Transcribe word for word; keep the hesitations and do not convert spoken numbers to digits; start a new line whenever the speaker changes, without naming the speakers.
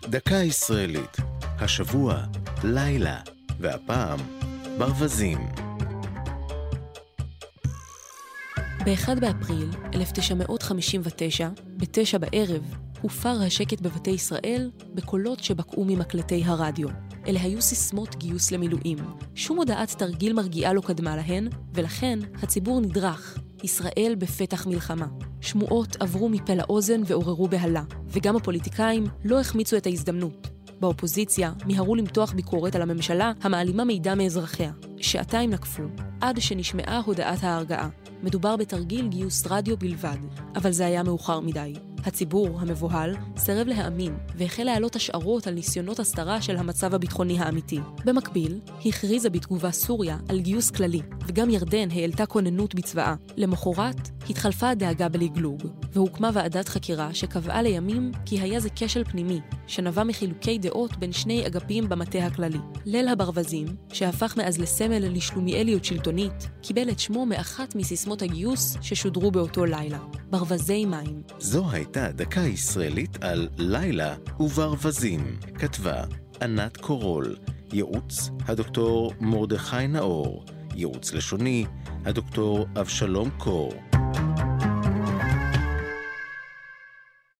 דקה ישראלית, השבוע לילה, והפעם ברווזים.
ב-אחד באפריל אלף תשע מאות חמישים ותשע, בתשע בערב, הופר השקט בבתי ישראל בקולות שבקעו ממקלטי הרדיו. אלה היו סיסמות גיוס למילואים. שום הודעת תרגיל מרגיעה לא קדמה להן, ולכן הציבור נדרך. ישראל בפתח מלחמה. שמועות עברו מפה לאוזן ועוררו בהלה, וגם הפוליטיקאים לא החמיצו את ההזדמנות. באופוזיציה מיהרו למתוח ביקורת על הממשלה המעלימה מידע מאזרחיה. שעתיים נקפו, עד שנשמעה הודעת ההרגעה. מדובר בתרגיל גיוס רדיו בלבד, אבל זה היה מאוחר מדי. הציבור המבוהל סירב להאמין והחל להעלות השערות על ניסיונות הסתרה של המצב הביטחוני האמיתי. במקביל, הכריזה בתגובה סוריה על גיוס כללי, וגם ירדן העלתה כוננות בצבאה. למחרת, התחלפה הדאגה בלגלוג, והוקמה ועדת חקירה שקבעה לימים כי היה זה כשל פנימי, שנבע מחילוקי דעות בין שני אגפים במטה הכללי. ליל הברווזים, שהפך מאז לסמל לשלומיאליות שלטונית, קיבל את שמו מאחת מסיסמות הגיוס ששודרו באותו לילה. ברווזי מים.
זו הייתה דקה ישראלית על לילה וברווזים. כתבה ענת קורול, ייעוץ הדוקטור מרדכי נאור, ייעוץ לשוני הדוקטור אבשלום קור.